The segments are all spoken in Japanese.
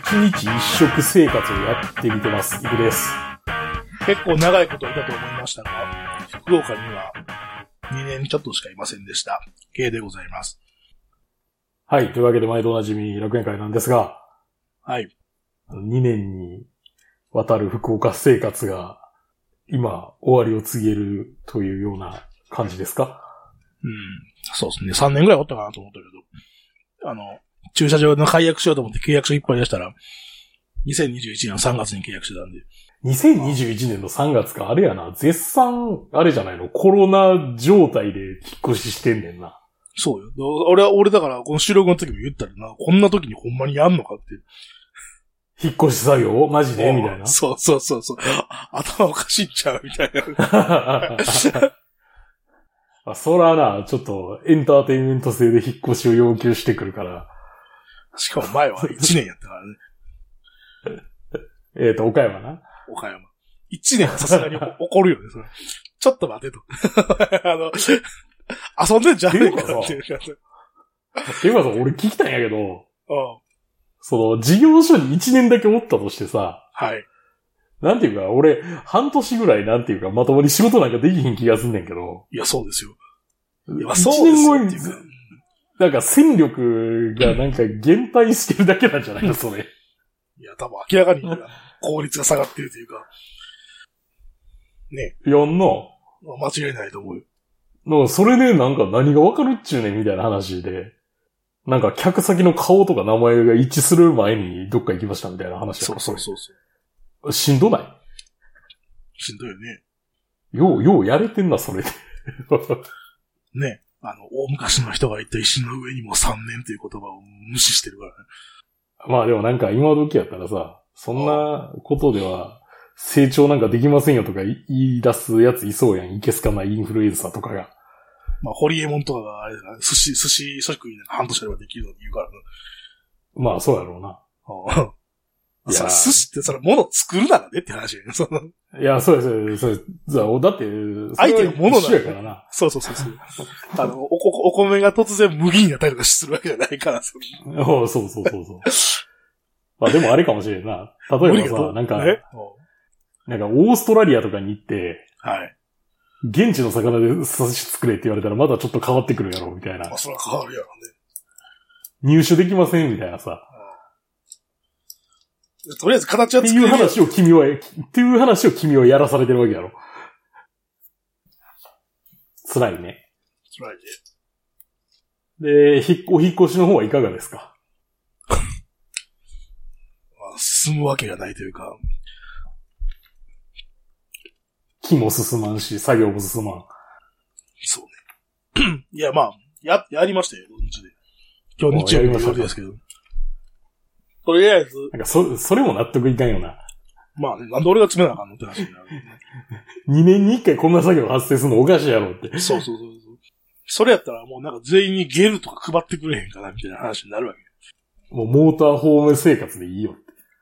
一日一食生活をやってみてます。イブです。 結構長いこといたと思いましたが、福岡には2年ちょっとしかいませんでした。K でございます。 はい。というわけで毎度おなじみ楽園会なんですが、 はい。 2年にわたる福岡生活が今終わりを告げるというような感じですか？ そうですね。3年ぐらいおったかなと思ったけど、駐車場の解約しようと思って契約書いっぱい出したら、2021年の3月に契約してたんで。 2021年の3月か、あれやな、絶賛、あれじゃないの、コロナ状態で引っ越ししてんねんな。 そうよ。俺だから、この収録の時も言ったらな、こんな時にほんまにやんのかって。 引っ越し作業マジでみたいな。 そう。頭おかしいんちゃうみたいな。 そらな、ちょっとエンターテインメント性で引っ越しを要求してくるから。 しかも前は1年やったからね。岡山な。 岡山。1年はさすがに怒るよね、それ。ちょっと待てと。遊んでんじゃねえかっていうか。 っていうかさ、俺聞きたいんやけど、事業所に1年だけおったとしてさ、 はい。 なんていうか、俺、半年ぐらいなんていうか、まともに仕事なんかできひん気がすんねんけど。 いや、そうですよ。 いや、そうですよ。1年後に、なんか戦力がなんか減退してるだけなんじゃないの、それ。 いや、多分明らかに効率が下がってるというか。ね。 やんな。 間違いないと思うよ。 なんかそれでなんか何がわかるっちゅうねんみたいな話で。なんか客先の顔とか名前が一致する前にどっか行きましたみたいな話だ。 そう。 しんどない？ しんどいよね。 ようやれてんな、それで。 ね。大昔の人が言った石の上にも3年という言葉を無視してるからね。 まあでもなんか今時やったらさ、そんなことでは成長なんかできませんよとか言い出すやついそうやん。いけすかないインフルエンサーとかが。 まあ、ホリエモンとかがあれだな、寿司職人で半年あればできるのに言うからな。 まあそうやろうな。 いや、寿司ってそれ物作るならねって話やね。 いや、そうです。だって、 相手が物なんだからな。 そう。お米が突然麦になったりとかするわけじゃないから、 そう。まあでもあれかもしれんな。例えばさ、なんかオーストラリアとかに行って、 はい。 現地の魚で寿司作れって言われたらまだちょっと変わってくるやろ、みたいな。 それは変わるやろね。 入手できません、みたいなさ。 とりあえず形は作れる。 っていう話を君はやらされてるわけやろ。辛いね。 辛いね。で、お引っ越しの方はいかがですか？ 進むわけがないというか。 木も進まんし、作業も進まん。 そうね。いや、まあ、やりましたよ、土日で。今日日曜日の夜ですけど。とりあえず。 なんかそれも納得いかんよな。 まあね、なんで俺が詰めなあかんのって話になる、ね。 2年に1回こんな作業発生するのおかしいやろって。 そう。それやったらもうなんか全員にゲルとか配ってくれへんかなみたいな話になるわけ。 もうモーターホーム生活でいいよって。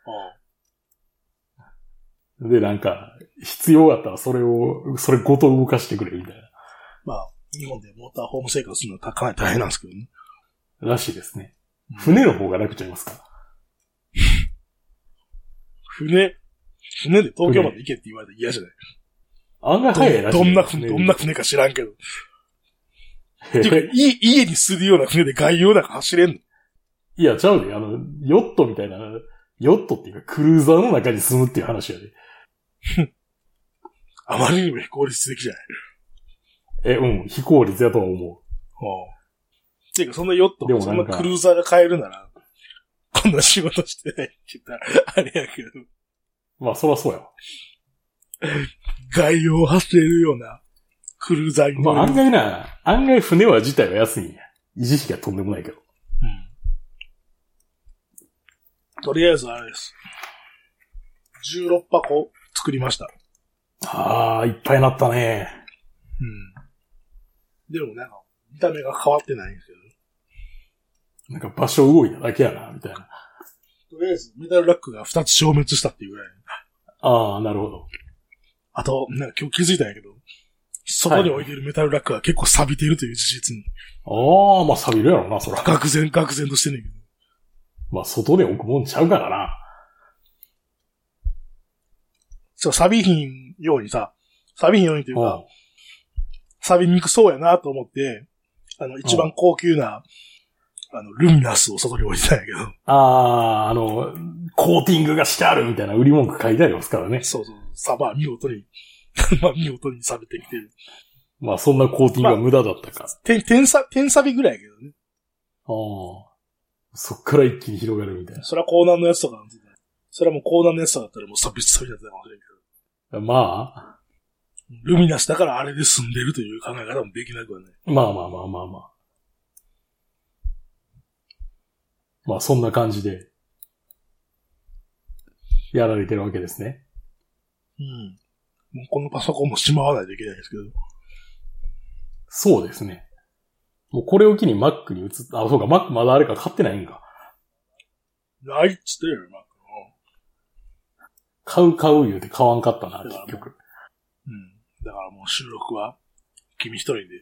で、なんか、必要だったらそれごと動かしてくれみたいな。 まあ、日本でモーターホーム生活するのはかなり大変なんですけどね。 らしいですね。船の方が楽ちゃいますか？ 船で東京まで行けって言われたら嫌じゃない？ 案外早いらしい。 どんな船か知らんけど。ていうか、家にするような船で外洋なんか走れんの？ いや、ちゃうで。ヨットみたいな、ヨットっていうかクルーザーの中に住むっていう話やで。 あまりにも非効率的じゃない？ 非効率やとは思う。 ていうか、そんなヨット、そんなクルーザーが買えるなら、こんな仕事してないって言ったら、あれやけど。 まあ、そらそうやわ。 外洋を走れるようなクルーザーに。 まあ、案外船は自体は安いんや。維持費がとんでもないけど。 とりあえずあれです。16箱作りました。 ああ、いっぱいなったね。 でもなんか、見た目が変わってないんですけど。 なんか場所動いただけやな、みたいな。 とりあえず、メタルラックが2つ消滅したっていうぐらい。 ああ、なるほど。 あと、なんか今日気づいたんやけど、外に置いてるメタルラックが結構錆びてるという事実に。 ああ、まあ錆びるやろな、そら。 愕然としてんねんけど。 まあ外で置くもんちゃうからな。 そう、錆びひんようにさ、錆びひんようにというか、錆びにくそうやなと思って、一番高級な、ルミナスを外に置いてたんやけど。 コーティングがしてあるみたいな売り文句書いてありますからね。 そうそう。まあ見事に、見事に錆びてきてる。 まあそんなコーティングが無駄だったか。 点錆びぐらいやけどね。 そっから一気に広がるみたいな。 それは高難のやつとかなんて、それはもう高難のやつとかだったらもう錆びだったかもしれんけど。まあ。 ルミナスだからあれで済んでるという考え方もできなくはね。 まあ。まあそんな感じで、やられてるわけですね。 うん。もうこのパソコンもしまわないといけないんですけど。 そうですね。もうこれを機に Mac に移った。そうか、Mac まだあれか買ってないんか。 ないっつってるよ、 Mac 買う言うて買わんかったな、結局。 うん。だからもう収録は、君一人で。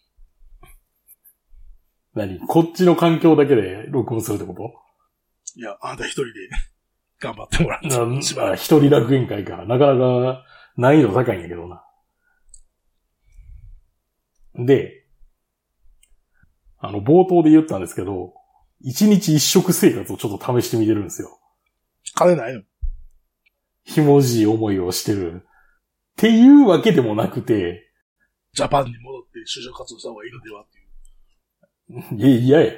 こっちの環境だけで録音するってこと？ いや、あなた一人で頑張ってもらって。 一人楽園会か。なかなか難易度高いんやけどな。で、冒頭で言ったんですけど、一日一食生活をちょっと試してみてるんですよ。 金ないの？ ひもじい思いをしてる。っていうわけでもなくて、 ジャパンに戻って就職活動した方がいいのではっていう。 いや。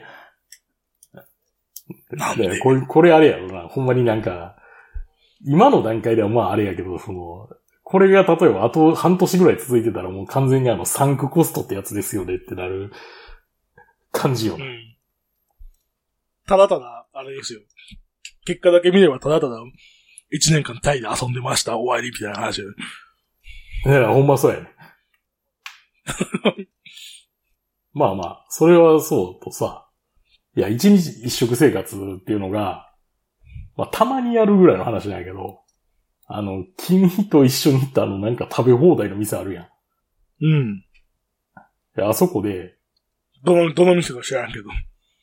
なんでこれあれやろな。ほんまに今の段階ではまああれやけど、これが例えばあと半年ぐらい続いてたらもう完全にサンクコストってやつですよねってなる感じよな。 ただただ、あれですよ。結果だけ見ればただただ、1年間タイで遊んでました、終わりみたいな話よ。 いや、ほんまそうやね。まあ、それはそうとさ、いや、一日一食生活っていうのが、まあ、たまにやるぐらいの話なんやけど、君と一緒に行った食べ放題の店あるやん。 うん。 あそこで、 どの店か知らんけど。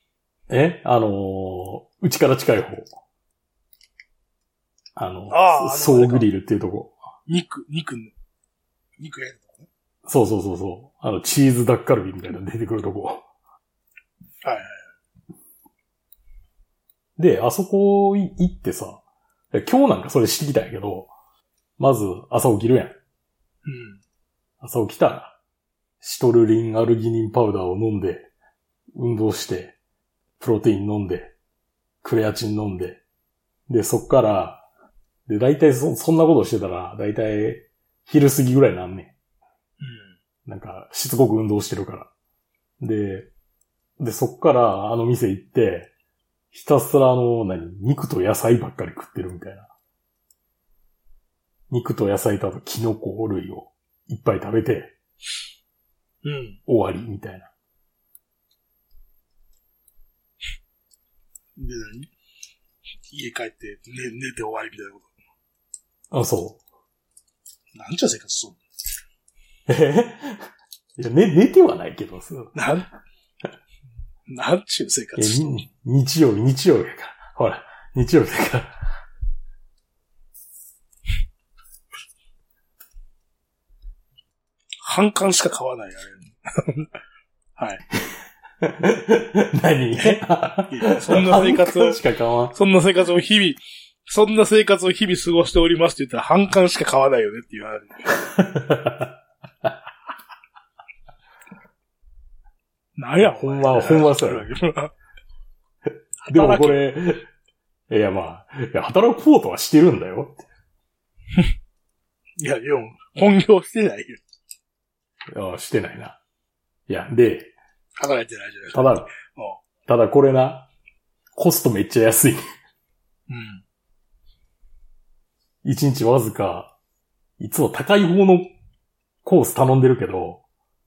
うちから近い方。ソーグリルっていうとこ。 肉やるとこね。 そう。チーズダッカルビみたいなの出てくるとこ。 はい。 で、あそこ行ってさ、今日なんかそれしてきたんやけど、まず朝起きるやん。朝起きたら、シトルリンアルギニンパウダーを飲んで、運動して、プロテイン飲んで、クレアチン飲んで、で、そっから、で、大体そんなことしてたら、大体、昼過ぎぐらいなんねん。しつこく運動してるから。で、そっから、店行って、ひたすら肉と野菜ばっかり食ってるみたいな。肉と野菜とあとキノコ類をいっぱい食べて、終わりみたいな。 で、家帰って、寝て終わりみたいなこと。 そう。 なんちゅう生活すんの？いや、寝てはないけどさ。 なんちゅう生活すんの？ 日曜日やから。ほら、日曜日だから。 半缶しか買わない、あれ。はい。 何？ そんな生活を、 しか買わん。 そんな生活を日々過ごしておりますって言ったら半缶しか買わないよねっていう話。なんや、 ほんまそうや。でもこれ、いや働こうとはしてるんだよ。 いや、本業してないよ。 いや、してないな。いや、で、 働いてないじゃないですか。 ただこれな、コストめっちゃ安い。一日わずか、いつも高い方のコース頼んでるけど、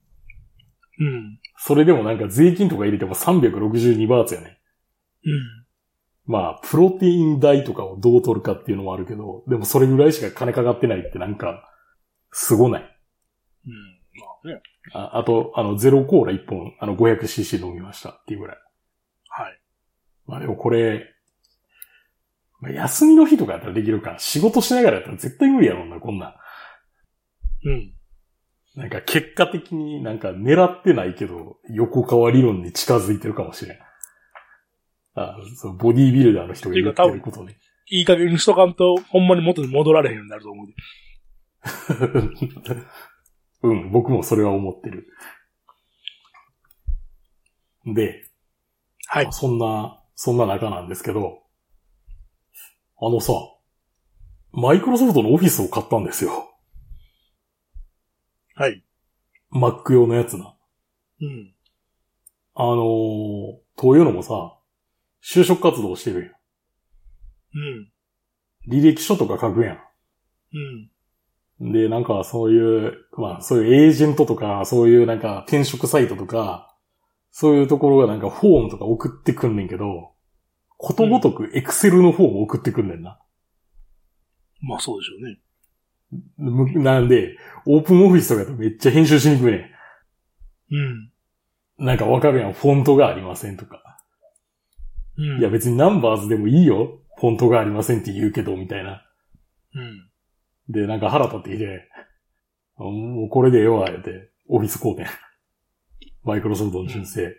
それでも税金とか入れても362バーツやね。まあ、プロテイン代とかをどう取るかっていうのもあるけど、でもそれぐらいしか金かかってないってすごない。 まあね。 あと、ゼロコーラ1本、500cc 飲みましたっていうぐらい。 はい。 まあでもこれ、 まあ、休みの日とかやったらできるか。仕事しながらやったら絶対無理やろんな、こんなん。 うん。 なんか結果的になんか狙ってないけど、横川理論に近づいてるかもしれん。そう、ボディービルダーの人が言ってることね。 いい加減にしとかんと、ほんまに元に戻られへんようになると思う。 うん、僕もそれは思ってる。で、 はい。 そんな中なんですけど、さ、マイクロソフトのオフィスを買ったんですよ。 はい。 Mac 用のやつな。 うん。 というのもさ、就職活動してるやん。 うん。 履歴書とか書くやん。 うん。 で、なんかそういう、まあそういうエージェントとか、そういうなんか転職サイトとか、そういうところがなんかフォームとか送ってくんねんけど、ことごとくエクセルのフォーム送ってくんねんな。 まあそうでしょうね。 なんで、オープンオフィスとかだとめっちゃ編集しにくいねん。うん。 なんかわかるやん、フォントがありませんとか。 うん。 いや別にナンバーズでもいいよ。フォントがありませんって言うけど、みたいな。 うん。 で、なんか腹立ってきて、もうこれでええわ、言って、オフィス工店。マイクロソフトの申請。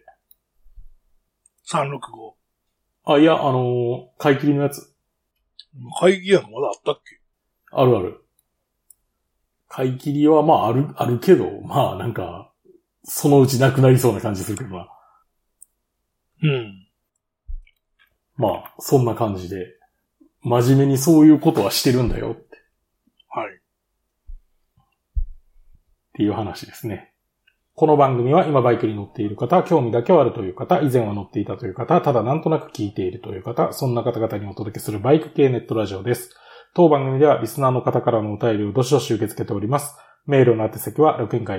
365。 いや、買い切りのやつ。 会議やんまだあったっけ？ あるある。買い切りはまああるけど、まあなんか、そのうちなくなりそうな感じするけどな。 うん。 まあ、そんな感じで、真面目にそういうことはしてるんだよって。 はい。 っていう話ですね。この番組は今バイクに乗っている方、興味だけはあるという方、以前は乗っていたという方、ただなんとなく聞いているという方、そんな方々にお届けするバイク系ネットラジオです。当番組ではリスナーの方からのお便りをどしどし受け付けております。メールの宛先は楽園会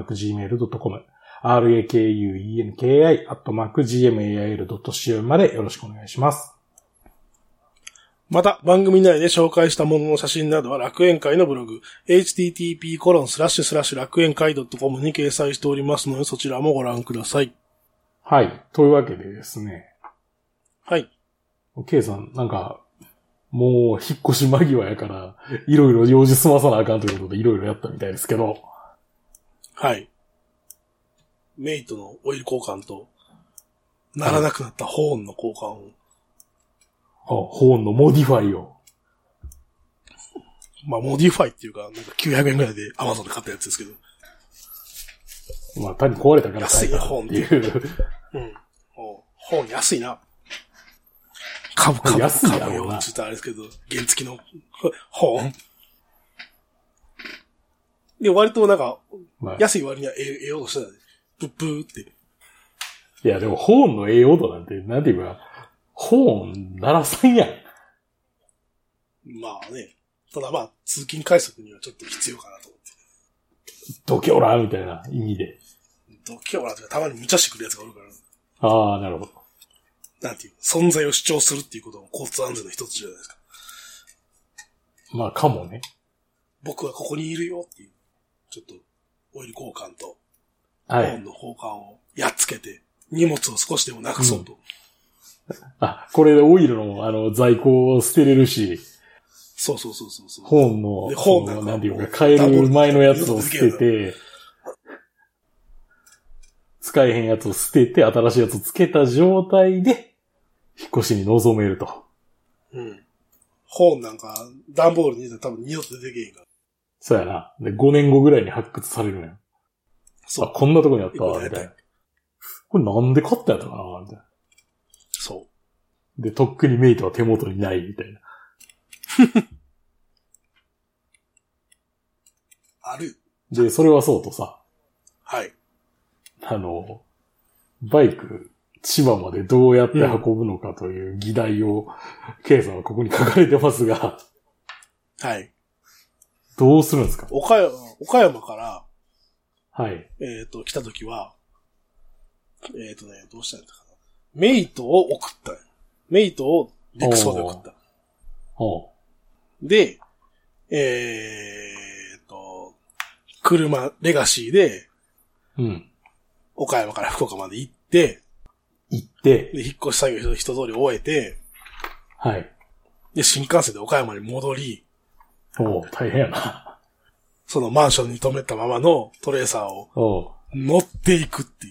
@gmail.com、rakuenki@gmail.com までよろしくお願いします。 また、番組内で紹介したものの写真などは楽園会のブログ、http:// 楽園会 .com に掲載しておりますので、そちらもご覧ください。 はい。というわけでですね。 はい。 K さん、なんか、もう引っ越し間際やから、いろいろ用事済まさなあかんということでいろいろやったみたいですけど。 はい。メイトのオイル交換と、ならなくなったホーンの交換を。 ホーンのモディファイを。 まあ、モディファイっていうか、なんか900円ぐらいで Amazon で買ったやつですけど。 まあ、単に壊れたから買えたっていう。 うん。ホーン安いな。 安いやろうな。 ちょっとあれですけど、原付のホーン。で、割となんか、安い割にはええ音してたね。プップーって。 いや、でもホーンのええ音なんて、なんていうか、ホーン鳴らさんやん。 まあね。ただまあ、通勤快速にはちょっと必要かなと思って。 ドキョラみたいな意味で。 ドキョラとかたまに無茶してくるやつがおるから。 ああ、なるほど。 なんていう、存在を主張するっていうことも交通安全の一つじゃないですか。 まあ、かもね。 僕はここにいるよっていう、ちょっと、オイル交換と、 はい。 ホーンの交換をやっつけて、荷物を少しでもなくそうと。 これでオイルの在庫を捨てれるし。 そう。 ホーンの、なんていうか、変える前のやつを捨てて、使えへんやつを捨てて、新しいやつをつけた状態で、引っ越しに臨めると。 うん。ホーンなんか、段ボールに入れたら多分二度と出てけへんから。 そうやな。で、5年後ぐらいに発掘されるのよ。そう。こんなとこにあったわ、みたいな。これなんで買ったんやったかなみたいな。 そう。 で、とっくにメイトは手元にない、みたいな。 ある。 で、それはそうとさ。 はい。 バイク、千葉までどうやって運ぶのかという議題を、K さんはここに書かれてますが。 はい。 どうするんですか？ 岡山から、 はい。 来た時は、どうしたんだかな。メイトを送った。メイトをデクソで送った。で、車、レガシーで、 うん。 岡山から福岡まで行って、 で、 引っ越し作業一通り終えて、 はい。 で、新幹線で岡山に戻り、 大変やな。 そのマンションに止めたままのトレーサーを乗っていくっていう。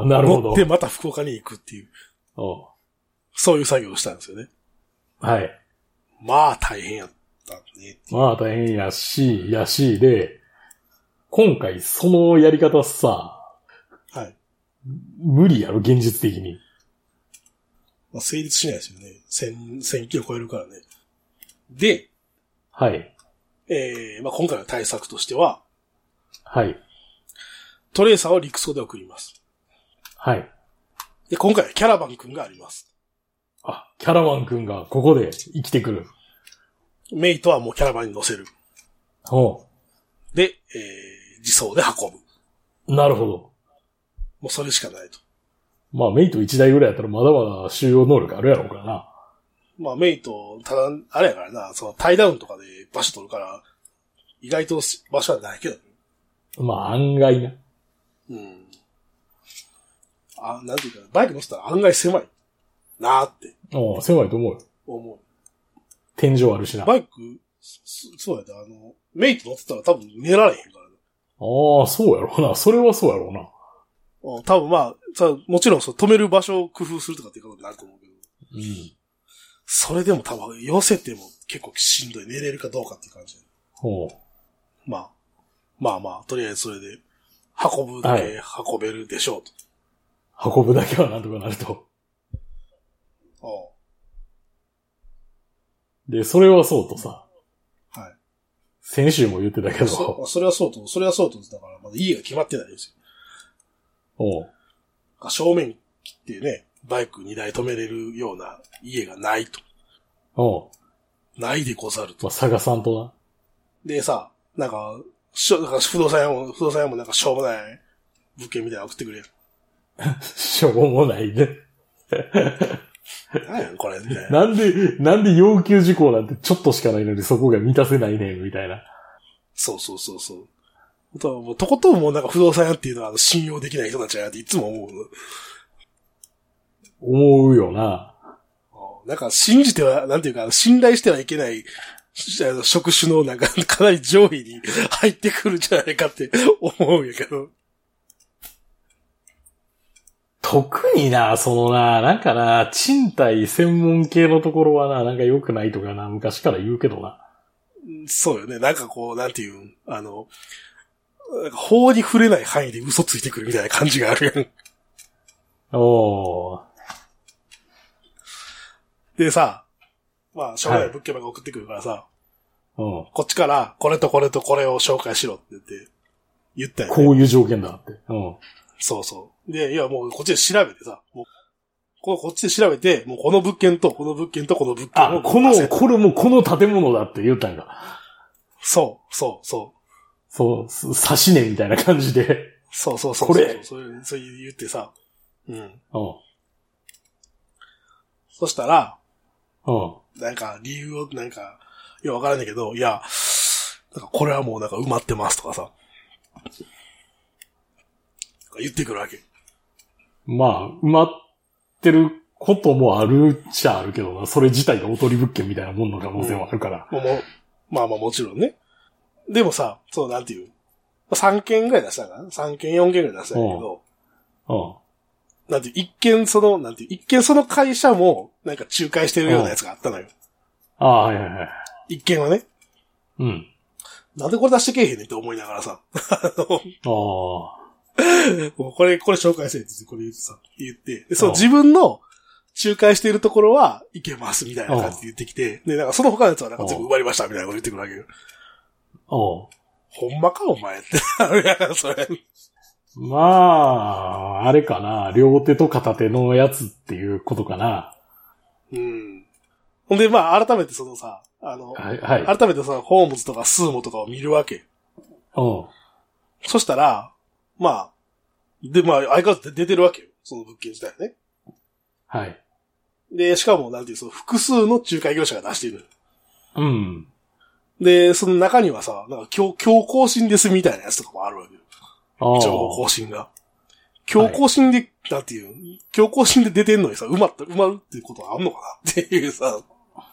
なるほど。 乗ってまた福岡に行くっていう。そういう作業をしたんですよね。 はい。 まあ大変やったね。 まあ大変やし、で、今回そのやり方さ、 はい。 無理やろ、現実的に。 まあ、成立しないですよね。1000キロ超えるからね。で、 はい。 まあ、今回の対策としては、 はい。 トレーサーを陸送で送ります。 はい。 で、今回はキャラバン君があります。 キャラバン君がここで生きてくる。 メイトはもうキャラバンに乗せる。で、自走で運ぶ。なるほど。 もうそれしかないと。 まあメイト1台ぐらいやったらまだまだ収容能力あるやろうからな。 まあメイト、ただ、あれやからな、そのタイダウンとかで場所取るから、意外と場所はないけどね。 まあ案外な。 うん。なんていうか、バイク乗せたら案外狭い。なーって。 狭いと思うよ。 思う。 天井あるしな。 バイク、そうやで、メイト乗ってたら多分寝られへんからね。 そうやろうな。それはそうやろうな。 多分まあ、もちろん止める場所を工夫するとかっていうことになると思うけど。 うん。 それでも多分寄せても結構しんどい。寝れるかどうかっていう感じで。まあ、とりあえずそれで、運ぶだけ運べるでしょうと。運ぶだけはなんとかなると。で、それはそうとさ。 はい。 先週も言ってたけど。 それはそうと、だからまだ家が決まってないですよ。正面切ってね、バイク2台止めれるような家がないと。ないでござると。 まあ、探さんとな。 でさ、なんか不動産屋もなんかしょうもない物件みたいなの送ってくれる。 しょうもないね。 何やこれみたいな。なんで要求事項なんてちょっとしかないのにそこが満たせないねん、みたいな。 そう。もうとことんもうなんか不動産屋っていうのは信用できない人たちやっていつも思う。 思うよな。 なんか信じては、なんていうか、信頼してはいけない職種のなんかかなり上位に入ってくるんじゃないかって思うんやけど。 特にな、なんかな、賃貸専門系のところはな、なんか良くないとかな、昔から言うけどな。 そうよね。なんかこう、なんていう、なんか法に触れない範囲で嘘ついてくるみたいな感じがあるやん。でさ、まあ、将来物件ばっか送ってくるからさ、こっちから、これとこれとこれを紹介しろって言ったよね。 こういう条件だって。 そう。で、いやもうこっちで調べてさ、もうこっちで調べて、もうこの物件とこの物件とこの物件を。 これもこの建物だって言ったんだ。 そう。 指し値みたいな感じで。 そう。 これ。 そう言ってさ。そしたら、なんか理由をなんか、よくわからないけど、いや、なんかこれはもうなんか埋まってますとかさ。言ってくるわけ。まあ、埋まってることもあるっちゃあるけどな。それ自体がおとり物件みたいなもんの可能性もあるから。 まあもちろんね。でもさ、なんていう。3件ぐらい出したかな ?3 件4件ぐらい出したんだけど。なんていう、一見その会社も、なんか仲介してるようなやつがあったのよ。 はい。 一見はね。なんでこれ出してけえへんねんって思いながらさ。もうこれ紹介せえってこれ言って、で自分の仲介しているところはいけますみたいな感じで言ってきて、で、なんかその他のやつはなんか全部埋まりましたみたいなこと言ってくるわけよ。ほんまかお前って。それ。 まあ、あれかな。両手と片手のやつっていうことかな。 ほんで、まあ、改めてさ、 はい。 改めてホームズとかスーモとかを見るわけ。そしたら、まあ、相変わらず出てるわけよ。その物件自体ね。 はい。 で、しかも、なんていう、複数の仲介業者が出している。で、その中にはさ、なんか今日更新ですみたいなやつとかもあるわけよ。情報更新が。今日更新で、なんていう、今日更新で出てんのにさ、埋まるっていうことはあんのかなっていうさ。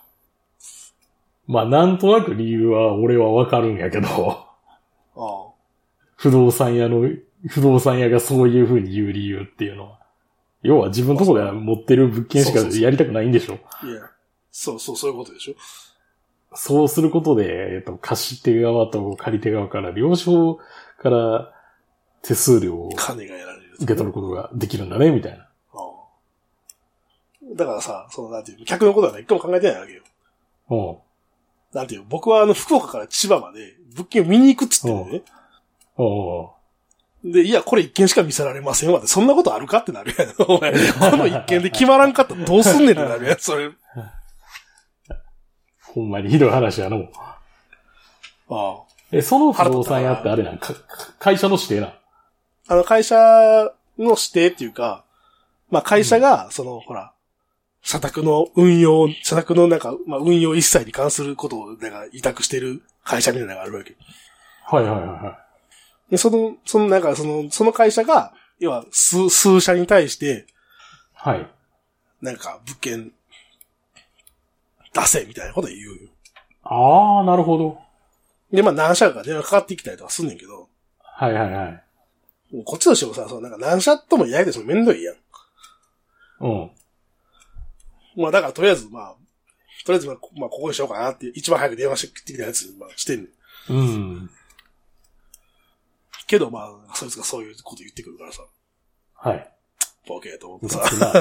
まあなんとなく理由は俺はわかるんやけど、 ああ。 不動産屋がそういう風に言う理由っていうのは。要は自分のとこでは持ってる物件しかやりたくないんでしょ。 いや、そういうことでしょ。 そうすることで、貸し手側と借り手側から両方から手数料を金が得られる、 受け取ることができるんだね、みたいな。 だからさ、なんていうの、客のことはね、一回も考えてないわけよ。なんていうの、僕は福岡から千葉まで物件を見に行くっつってね。で、いや、これ一件しか見せられませんわって、そんなことあるかってなるやん。お前、この一件で決まらんかったらどうすんねんってなるやん、それ。 ほんまにひどい話やの。その不動産屋ってあれなんか、会社の指定なん？ 会社の指定っていうか、まあ会社が、ほら、社宅の運用なんか、まあ運用一切に関することを、なんか委託してる会社みたいなのがあるわけ。 はいはいはいはい。 で、その会社が、要は、数社に対して、 はい。 なんか、物件、出せ、みたいなこと言うよ。 ああ、なるほど。 で、まあ何社か電話かかってきたりとかすんねんけど。 はいはいはい。 こっちとしてもさ、なんか何社ともやりたい人もめんどいやん。 うん。 まあだからとりあえずまあここにしようかなって一番早く電話してきたやつ、まあしてんねん。 うん。 けどまあ、そいつがそういうこと言ってくるからさ。 はい。 ボケと思ってさ。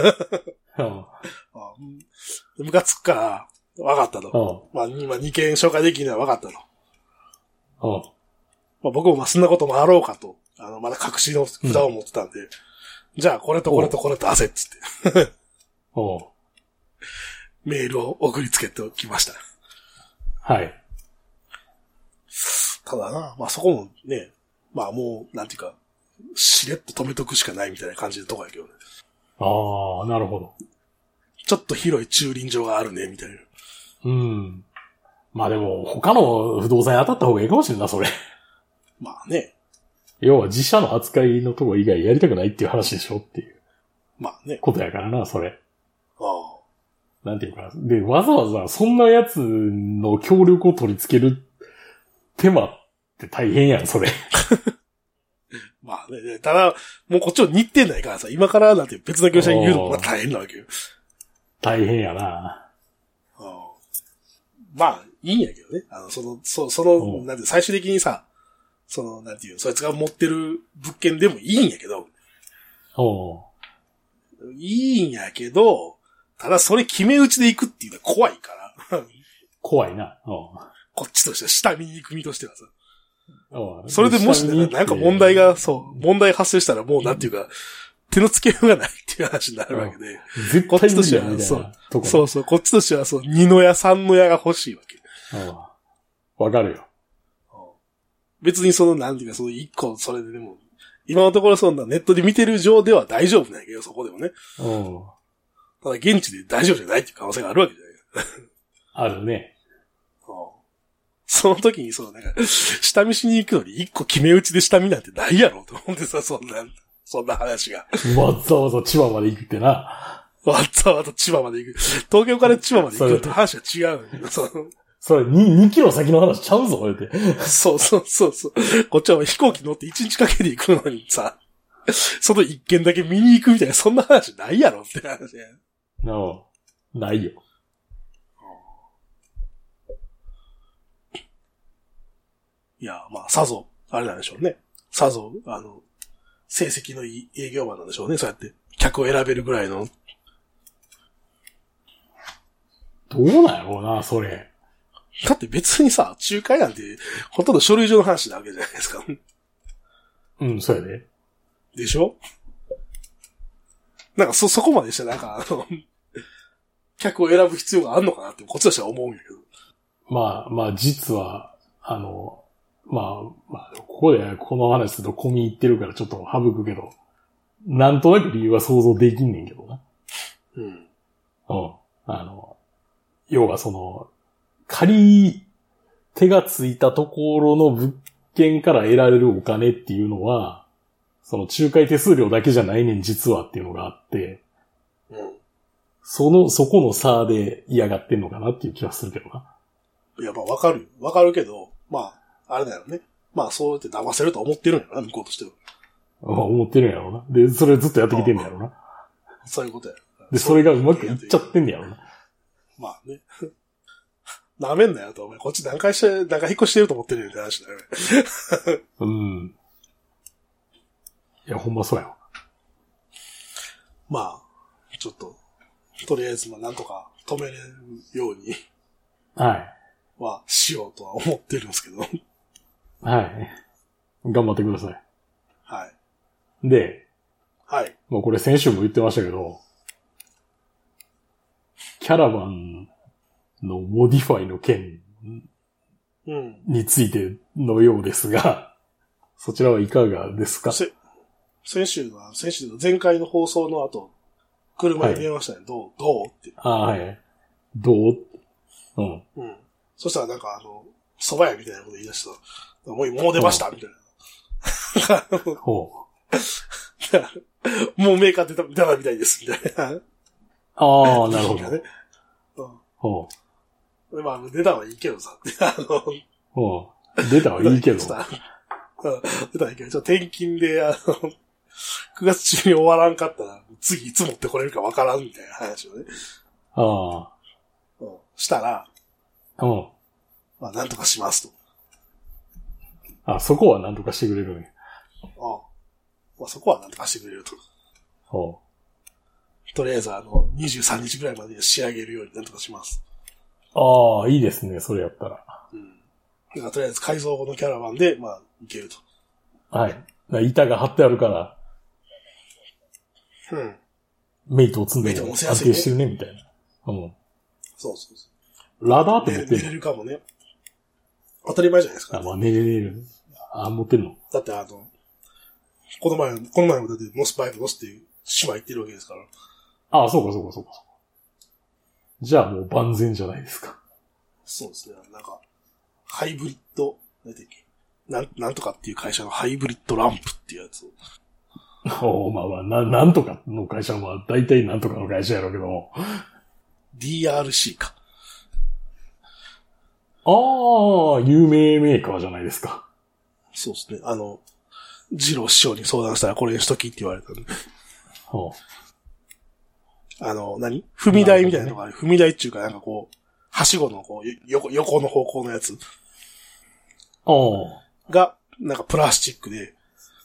ムカつくから、分かったと。まあ今2件紹介できるのは分かったと。まあ僕もまあそんなこともあろうかと、まだ隠しの札を持ってたんで、じゃあこれとこれとこれと出せっつって。メールを送りつけておきました。 はい。 ただな、まあそこもね、まあもう、なんていうか、しれっと止めとくしかないみたいな感じのとこやけどね。 ああ、なるほど。 ちょっと広い駐輪場があるね、みたいな。 うん。まあでも、他の不動産に当たった方がいいかもしれんな、それ。 まあね。 要は自社の扱いのとこ以外やりたくないっていう話でしょっていう。 まあね。 ことやからな、それ。 ああ。 なんていうか。で、わざわざそんなやつの協力を取り付ける手間って大変やん、それ。 まあね、ただ、もうこっちの日程ないからさ、今からなんて別の業者に言うのが大変なわけよ。 大変やな。 まあ、いいんやけどね。なんて最終的にさ、なんていう、そいつが持ってる物件でもいいんやけど。いいんやけど、ただそれ決め打ちで行くっていうのは怖いから。 怖いな。 こっちとしては、下見に行く身としてはさ。それでもしね、なんか問題発生したらもうなんていうか、手のつけようがないっていう話になるわけで。 絶対無理だみたいな。 そう、こっちとしては2の矢3の矢が欲しいわけ。 わかるよ。 別になんていうか、1個、それででも、今のところそんなネットで見てる上では大丈夫なんやけど、そこでもね。ただ現地で大丈夫じゃないっていう可能性があるわけじゃないあるね。 その時になんか、下見しに行くのに一個決め打ちで下見なんてないやろと思ってさ、そんな話が。 わざわざ千葉まで行くってな。 わざわざ千葉まで行く。東京から千葉まで行くって話が違う。 それ2キロ先の話ちゃうぞ、こうやって。 そう。こっちは飛行機乗って1日かけて行くのにさ、その一軒だけ見に行くみたいな、そんな話ないやろって話や。 ないよ。 いや、まあ、さぞ、あれなんでしょうね。さぞ、成績のいい営業マンなんでしょうね、そうやって。客を選べるぐらいの。 どうなんやろうな、それ。 だって別にさ、仲介なんて、ほとんど書類上の話なわけじゃないですか。 うん、そうやで。 でしょ？なんかそこまでしてなんか客を選ぶ必要があるのかなってこっちとしては思うんやけど。 まあ、実は、ここでこの話すると込み入ってるからちょっと省くけど、なんとなく理由は想像できんねんけどな。要は借り手がついたところの物件から得られるお金っていうのは、仲介手数料だけじゃないねん実はっていうのがあって、そこの差で嫌がってんのかなっていう気はするけどな。 いや、まあわかるよ。わかるけど、まあ、あれだよね。まあそうやって騙せると思ってるんやろな、向こうとしては。 思ってるんやろうな。で、それずっとやってきてんねやろうな。 そういうことや。 で、それがうまくいっちゃってんねやろうな。 まあね。なめんなよと、お前。こっち何回引っ越してると思ってるよって話だよね。 うん。いや、ほんまそうやわ。 まあ、ちょっと、とりあえず、まあ、なんとか止めれるように。 はい。 は、しようとは思ってるんですけど。 はい。頑張ってください。 はい。 で、 はい。 もうこれ先週も言ってましたけど、キャラバンのモディファイの件についてのようですが、そちらはいかがですか？ 先週の前回の放送の後、車に電話したね。はい、どうって。 はい。どう？うん。 うん。そしたらなんか蕎麦屋みたいなこと言い出した。もう出ましたみたいな。ほう。もうメーカー出たみたいですみたいな。 ああ、なるほど。ね、 うん。ほう。で、まあ、出たはいいけどさ。 ほう。出たはいいけど。 出たはいいけど、転勤で、9月中に終わらんかったら、次いつ持ってこれるかわからんみたいな話をね。 ああ。 うん。したら、 うん。 まあ、なんとかしますと。 あ、そこはなんとかしてくれるね。 ああ。まあ、そこはなんとかしてくれると。 ほう。とりあえず23日ぐらいまで仕上げるようになんとかします。 ああ、いいですね、それやったら。 うん。だからとりあえず改造後のキャラバンで、まあ、いけると。 はい。板が張ってあるから、 うん。 メイトを積んでも安定してるね、みたいな。うん。 そう。 ラダーって持ってるの？ 寝れるかもね。当たり前じゃないですか、 ね。あ、まあ寝れる。あ、持ってるの？ だってこの前もだってモスバイク乗せて島行ってるわけですから。 ああ、そうか。じゃあもう万全じゃないですか。 そうですね。なんか、ハイブリッド、なんとかっていう会社のハイブリッドランプっていうやつを。 まあ、なんとかの会社は大体なんとかの会社やろうけど。 DRC か。 ああ、有名メーカーじゃないですか。 そうですね。ジロー師匠に相談したらこれにしときって言われたんで。 はあ。踏み台みたいなのがある。踏み台っていうかなんかこう、はしごのこう、横の方向のやつ。が、なんかプラスチックで。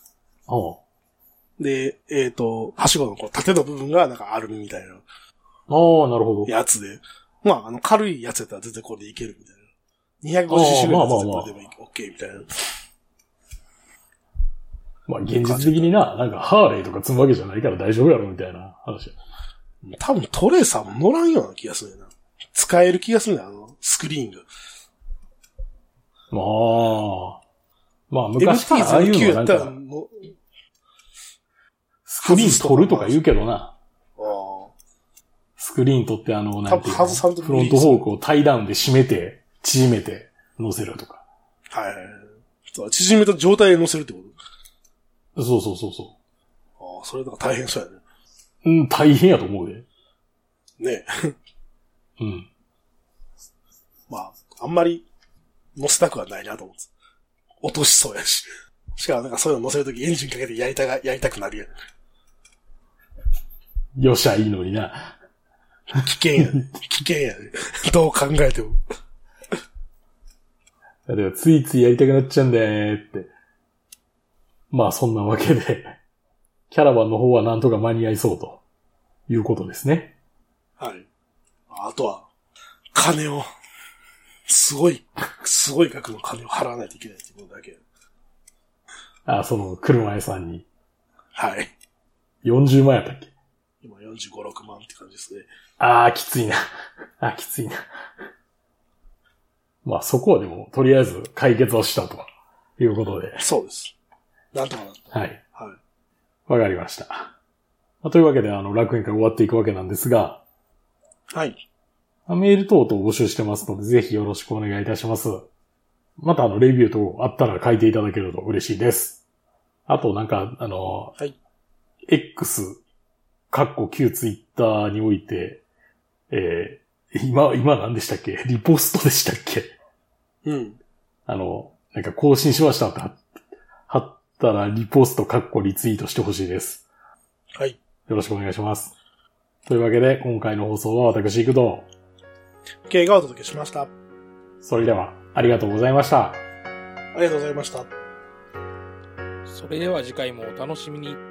で、はしごのこう縦の部分がなんかアルミみたいな。 なるほど。 やつで。まあ、軽いやつやったら全然これでいけるみたいな。250種類だったらこれでも OK みたいな。 まあ、現実的になんかハーレーとか積むわけじゃないから大丈夫やろみたいな話。 多分トレーサーも乗らんような気がするな。使える気がするな、スクリーンが。 まあ、昔からああいうのなんか、スクリーン取るとか言うけどな。スクリーン取ってなんていうの、フロントフォークをタイダウンで締めて、縮めて乗せるとか。 はい。縮めた状態で乗せるってこと？ そう。 ああ、それだから大変そうやね。 うん、大変やと思うで。 ねえ。 うん。 まあ、あんまり乗せたくはないなと思って。落としそうやし。しかもなんかそういうの乗せるときエンジンかけてやりたくなるやん。 よっしゃ、いいのにな。 危険やね。どう考えても。 でもついついやりたくなっちゃうんだよねって。まあそんなわけで、キャラバンの方はなんとか間に合いそうということですね。 はい。あとは、金を、すごい額の金を払わないといけないっていうことだけ。 その車屋さんに。 はい。 40万やったっけ？ 今45、6万って感じですね。 きついな。まあそこはでも、とりあえず解決をしたということで。 そうです。なんとかなった。 はい。わかりました。というわけで、楽園会終わっていくわけなんですが。 はい。 メール等々募集してますので、ぜひよろしくお願いいたします。またレビュー等あったら書いていただけると嬉しいです。あとなんか、 はい。 X、旧ツイッターにおいて、今何でしたっけ？リポストでしたっけ？ うん。 なんか更新しましたって貼ったらリポストリツイートしてほしいです。 はい。 よろしくお願いします。というわけで、今回の放送は私、工藤。 K がお届けしました。 それでは、ありがとうございました。 ありがとうございました。 それでは次回もお楽しみに。